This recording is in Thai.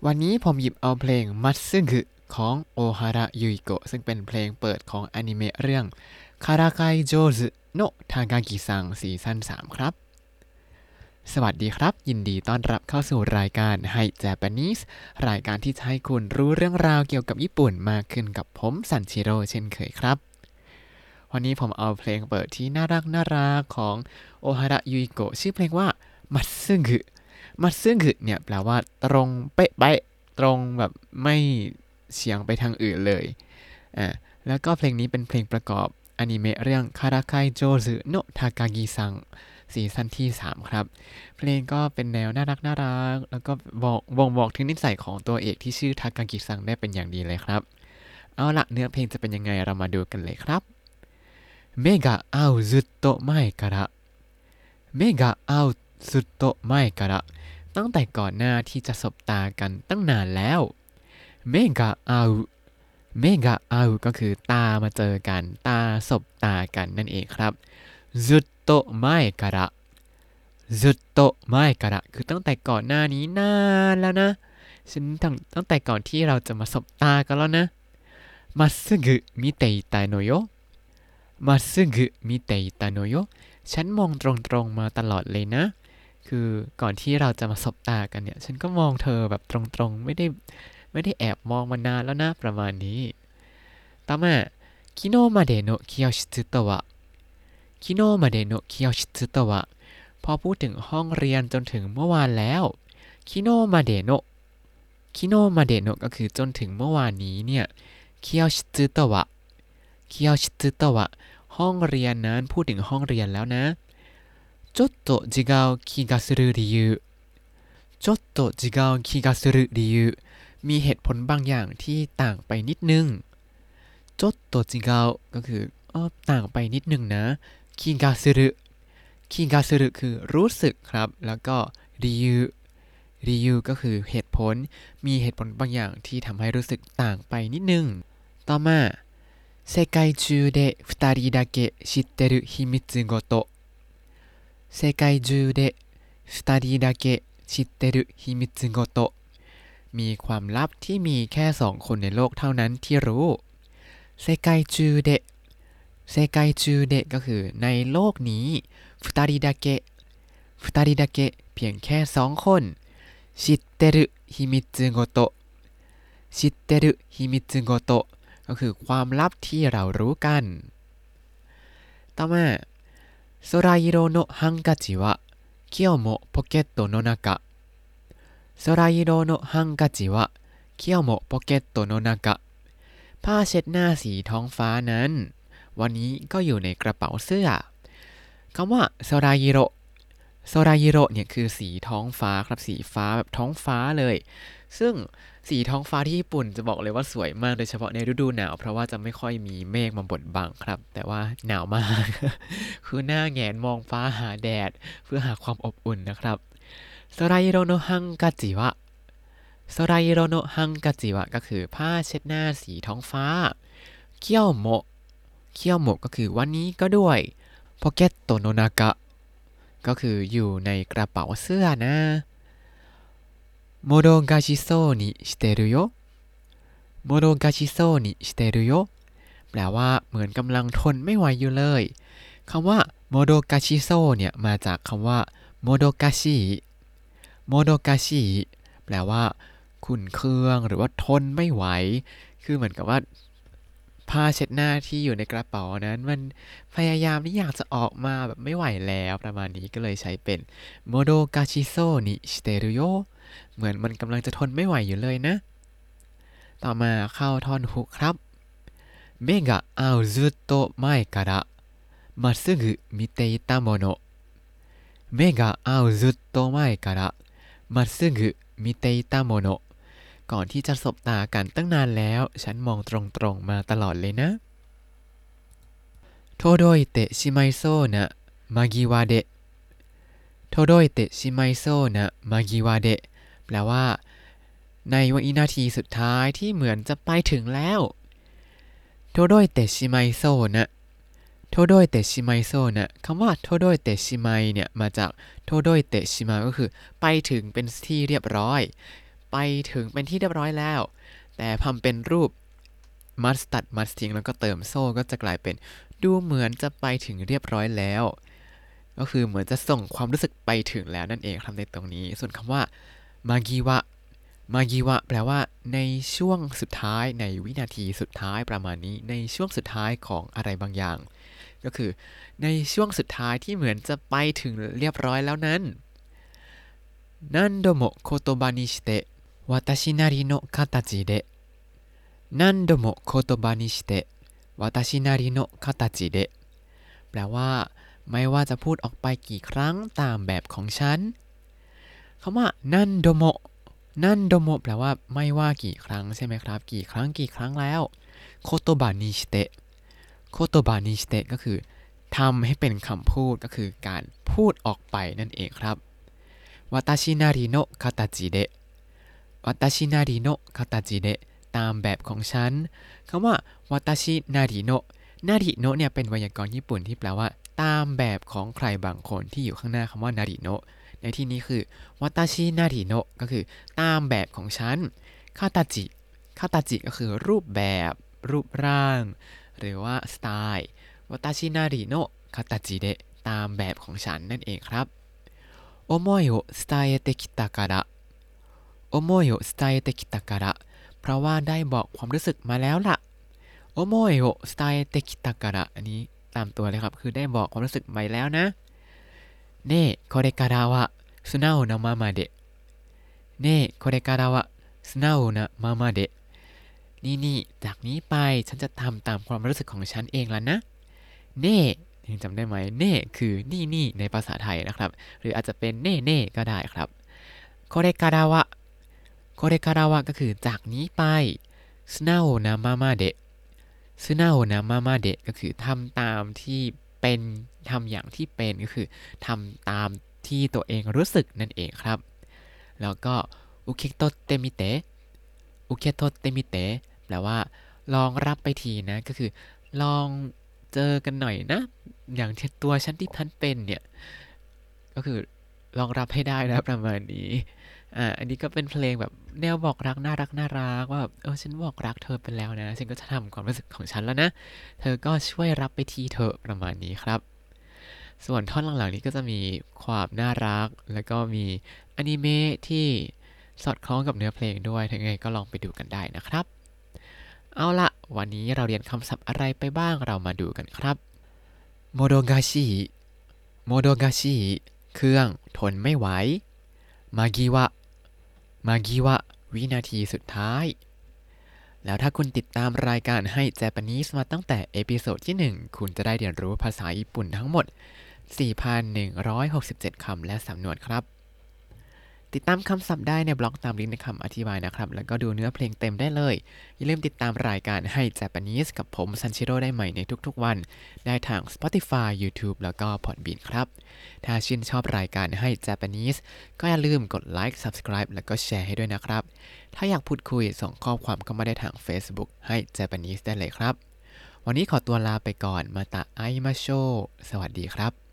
วันนี้ผมหยิบเอาเพลงมัตสึกุของโอฮาระยุอิโกะซึ่งเป็นเพลงเปิดของอนิเมะเรื่องคาราไกโจซึโนะทากากิซังซีซั่น3ครับสวัสดีครับยินดีต้อนรับเข้าสู่รายการไฮเจแปนิสรายการที่จะให้คุณรู้เรื่องราวเกี่ยวกับญี่ปุ่นมากขึ้นกับผมซันชิโร่เช่นเคยครับวันนี้ผมเอาเพลงเปิดที่น่ารักของโอฮาระยุอิโกะชื่อเพลงว่ามัตสึกุมัตสึกุเนี่ยแปลว่าตรงเป๊ะตรงแบบไม่เฉียงไปทางอื่นเลยอ่าแล้วก็เพลงนี้เป็นเพลงประกอบอนิเมะเรื่องคาราไคโจซึโนะทากากิซังซีซั่นที่3ครับเพลงก็เป็นแนวน่ารักแล้วก็บ่งบอกถึงนิสัยของตัวเอกที่ชื่อทากากิซังได้เป็นอย่างดีเลยครับเอาละเนื้อเพลงจะเป็นยังไงเรามาดูกันเลยครับ目が合うずっと前から目が合うずっと前からตั้งแต่ก่อนหน้าที่จะสบตากันตั้งนานแล้วเมกะอาเมกะอาก็คือตามาเจอกันตาสบตากันนั่นเองครับずっと前からずっと前からคือตั้งแต่ก่อนหน้านี้นานแล้วนะฉันตั้งแต่ก่อนที่เราจะมาสบตากันแล้วนะまっすぐ見ていたのよまっすぐ見ていたのよฉันมองตรงๆมาตลอดเลยนะคือก่อนที่เราจะมาสบตากันเนี่ยฉันก็มองเธอแบบตรงๆไม่ได้แอบมองมานานแล้วนะประมาณนี้ต่อมา昨日までの教室とは昨日までの教室とはพอพูดถึงห้องเรียนจนถึงเมื่อวานแล้ว昨日までの昨日までのก็คือจนถึงเมื่อวานนี้เนี่ย教室とは教室とはห้องเรียนนั้นพูดถึงห้องเรียนแล้วนะちょっと違う気がする理由ちょっと違う気がする理由มีเหตุผลบางอย่างที่ต่างไปนิดนึงちょっと違うก็คือต่างไปนิดนึงนะ気がする気がするคือรู้สึกครับแล้วก็理由ก็คือเหตุผลมีเหตุผลบางอย่างที่ทำให้รู้สึกต่างไปนิดนึงต่อมา世界中で2人だけ知ってる秘密ごと世界中で2人だけ知ってる秘密ごとมีความลับที่มีแค่2คนในโลกเท่านั้นที่รู้เซไกจูเดะเซไกจูเดะก็คือในโลกนี้ฟุตาริดาเกะฟุตาริดาเกะเพียงแค่2คนชิตเตรุฮิมิตสึโกโตะชิตเตรุฮิมิตสึโกโตะก็คือความลับที่เรารู้กันต่อมาโซราอิโรโนะฮังกาจิวะ今日もポケットの中空色のハンカチは今日もポケットの中ผ้าเช็ดหน้าสีท้องฟ้านั้นวันนี้ก็อยู่ในกระเป๋าเสื้อคำว่าโซรายิโรโซรายิโรเนี่ยคือสีท้องฟ้าครับสีฟ้าแบบท้องฟ้าเลยซึ่งสีท้องฟ้าที่ญี่ปุ่นจะบอกเลยว่าสวยมากโดยเฉพาะในฤดูหนาวเพราะว่าจะไม่ค่อยมีเมฆมาบดบังครับแต่ว่าหนาวมาก คือหน้าแงนมองฟ้าหาแดดเพื่อหาความอบอุ่นนะครับโซราอิโรโนฮังกาจิวะโซราอิโรโนฮังกาจิวะก็คือผ้าเช็ดหน้าสีท้องฟ้าเคียวโมะเคียวโมะก็คือวันนี้ก็ด้วยโปเกตโตโนนากะก็คืออยู่ในกระเป๋าเสื้อนะโมโดกาชิโซนิชิเตรุโยโมโดกาชิโซนิชิเตรุโยแปลว่าเหมือนกำลังทนไม่ไหวอยู่เลยคำว่าโมโดกาชิโซเนี่ยมาจากคำว่าโมโดกาชิโมโดกาชิแปลว่าขุ่นเคืองหรือว่าทนไม่ไหวคือเหมือนกับว่าผ้าเช็ดหน้าที่อยู่ในกระเป๋านั้นมันพยายามที่อยากจะออกมาแบบไม่ไหวแล้วประมาณนี้ก็เลยใช้เป็นโมโดกาชิโซนิชิเตรุโยเหมือนมันกำลังจะทนไม่ไหวอยู่เลยนะต่อมาเข้าท่อนฮุกครับ目が合うずっと前からまっすぐ見ていたもの目が合うずっと前からまっすぐ見ていたものก่อนที่จะสบตากันตั้งนานแล้วฉันมองตรงๆมาตลอดเลยนะโทโดยเตะชิไมโซนะมากิวาเดะโทโดยเตะชิไมโซนะมากิวาเดะแปลว่าในวินาทีสุดท้ายที่เหมือนจะไปถึงแล้วโทโดยเตะชิไมโซนะโทโดยเตะชิไมโซนะคำว่าโทโดยเตะชิไมเนี่ยมาจากโทโดยเตะชิมาก็คือไปถึงเป็นที่เรียบร้อยไปไปถึงเป็นที่เรียบร้อยแล้วแต่ทำเป็นรูปมัสตัดมัสทิ้งแล้วก็เติมโซ่ก็จะกลายเป็นดูเหมือนจะไปถึงเรียบร้อยแล้วก็คือเหมือนจะส่งความรู้สึกไปถึงแล้วนั่นเองครับในตรงนี้ส่วนคำว่ามากิวะมากิวะแปลว่าในช่วงสุดท้ายในวินาทีสุดท้ายประมาณนี้ในช่วงสุดท้ายของอะไรบางอย่างก็คือในช่วงสุดท้ายที่เหมือนจะไปถึงเรียบร้อยแล้วนั้น何度も言葉にして私なりの形で何度も言葉にして私なりの形でแปลว่าไม่ว่าจะพูดออกไปกี่ครั้งตามแบบของฉันคำว่านันโดโมนันโดโมแปลว่าไม่ว่ากี่ครั้งใช่ไหมครับกี่ครั้งแล้วโคโตบานิสเตะโคโตบานิสเตะก็คือทำให้เป็นคำพูดก็คือการพูดออกไปนั่นเองครับวาตาชินาริโนะคาตาจิเดะวาตาชินาริโนะคาตาจิเดะตามแบบของฉันคำว่าวาตาชินาริโนะนาริโนะเนี่ยเป็นไวยากรณ์ญี่ปุ่นที่แปลว่าตามแบบของใครบางคนที่อยู่ข้างหน้าคำว่านาริโนะในที่นี้คือวาตาชินาริโนะก็คือตามแบบของฉันคาตาจิก็คือรูปแบบรูปร่างหรือว่าสไตล์วาตาชินาริโนะคาตาจิเดะตามแบบของฉันนั่นเองครับโอโมยโอสไตเอเตคิตะการะโอโมยโอสไตเอเตคิตะการะเพราะว่าได้บอกความรู้สึกมาแล้วล่ะโอโมยโอสไตเตคิตะการะอันนี้ตามตัวเลยครับคือได้บอกความรู้สึกไปแล้วนะเน่โคเรการะวะซุนาโอนะมามาเดะเน่โคเรการะวะซุนาโอนะมามาเดะนี่จากนี้ไปฉันจะทำตามความรู้สึกของฉันเองแล้วนะเน่ยังจำได้ไหมเน่คือนี่ในภาษาไทยนะครับหรืออาจจะเป็นเน่ก็ได้ครับโคเรการะวะก็คือจากนี้ไปซุนาโอนะมามาเดะซึนาโอนะมามาเดะก็คือทำตามที่เป็นทำอย่างที่เป็นก็คือทำตามที่ตัวเองรู้สึกนั่นเองครับแล้วก็อุเคโตเตมิเตะอุเคโตเตมิเตะแปลว่าลองรับไปทีนะก็คือลองเจอกันหน่อยนะอย่างที่ตัวฉันที่พันเป็นเนี่ยก็คือลองรับให้ได้นะประมาณนี้อันนี้ก็เป็นเพลงแบบแนวบอกรักน่ารักว่าแบบฉันบอกรักเธอไปแล้วนะฉันก็จะทำความรู้สึกของฉันแล้วนะเธอก็ช่วยรับไปทีเถอะประมาณนี้ครับส่วนท่อนหลังๆนี้ก็จะมีความน่ารักแล้วก็มีอนิเมะที่สอดคล้องกับเนื้อเพลงด้วยถ้าไงก็ลองไปดูกันได้นะครับเอาละวันนี้เราเรียนคำศัพท์อะไรไปบ้างเรามาดูกันครับโมโดกาชิเครื่องทนไม่ไหวมากิวะวินาทีสุดท้ายแล้วถ้าคุณติดตามรายการให้ Japanese มาตั้งแต่เอพิโซดที่ 1คุณจะได้เรียนรู้ภาษาญี่ปุ่นทั้งหมด 4,167 คำและสำนวนครับติดตามคำศัพท์ได้ในบล็อกตามลิงก์ในคำอธิบายนะครับแล้วก็ดูเนื้อเพลงเต็มได้เลยอย่าลืมติดตามรายการให้ Japanese กับผมซันชิโร่ได้ใหม่ในทุกๆวันได้ทาง Spotify YouTube แล้วก็ Podbean ครับถ้าชื่นชอบรายการให้ Japanese ก็อย่าลืมกดไลค์ Subscribe แล้วก็แชร์ให้ด้วยนะครับถ้าอยากพูดคุยส่งข้อความเข้ามาได้ทาง Facebook ให้ Japanese ได้เลยครับวันนี้ขอตัวลาไปก่อนมาตะไอมาโชสวัสดีครับ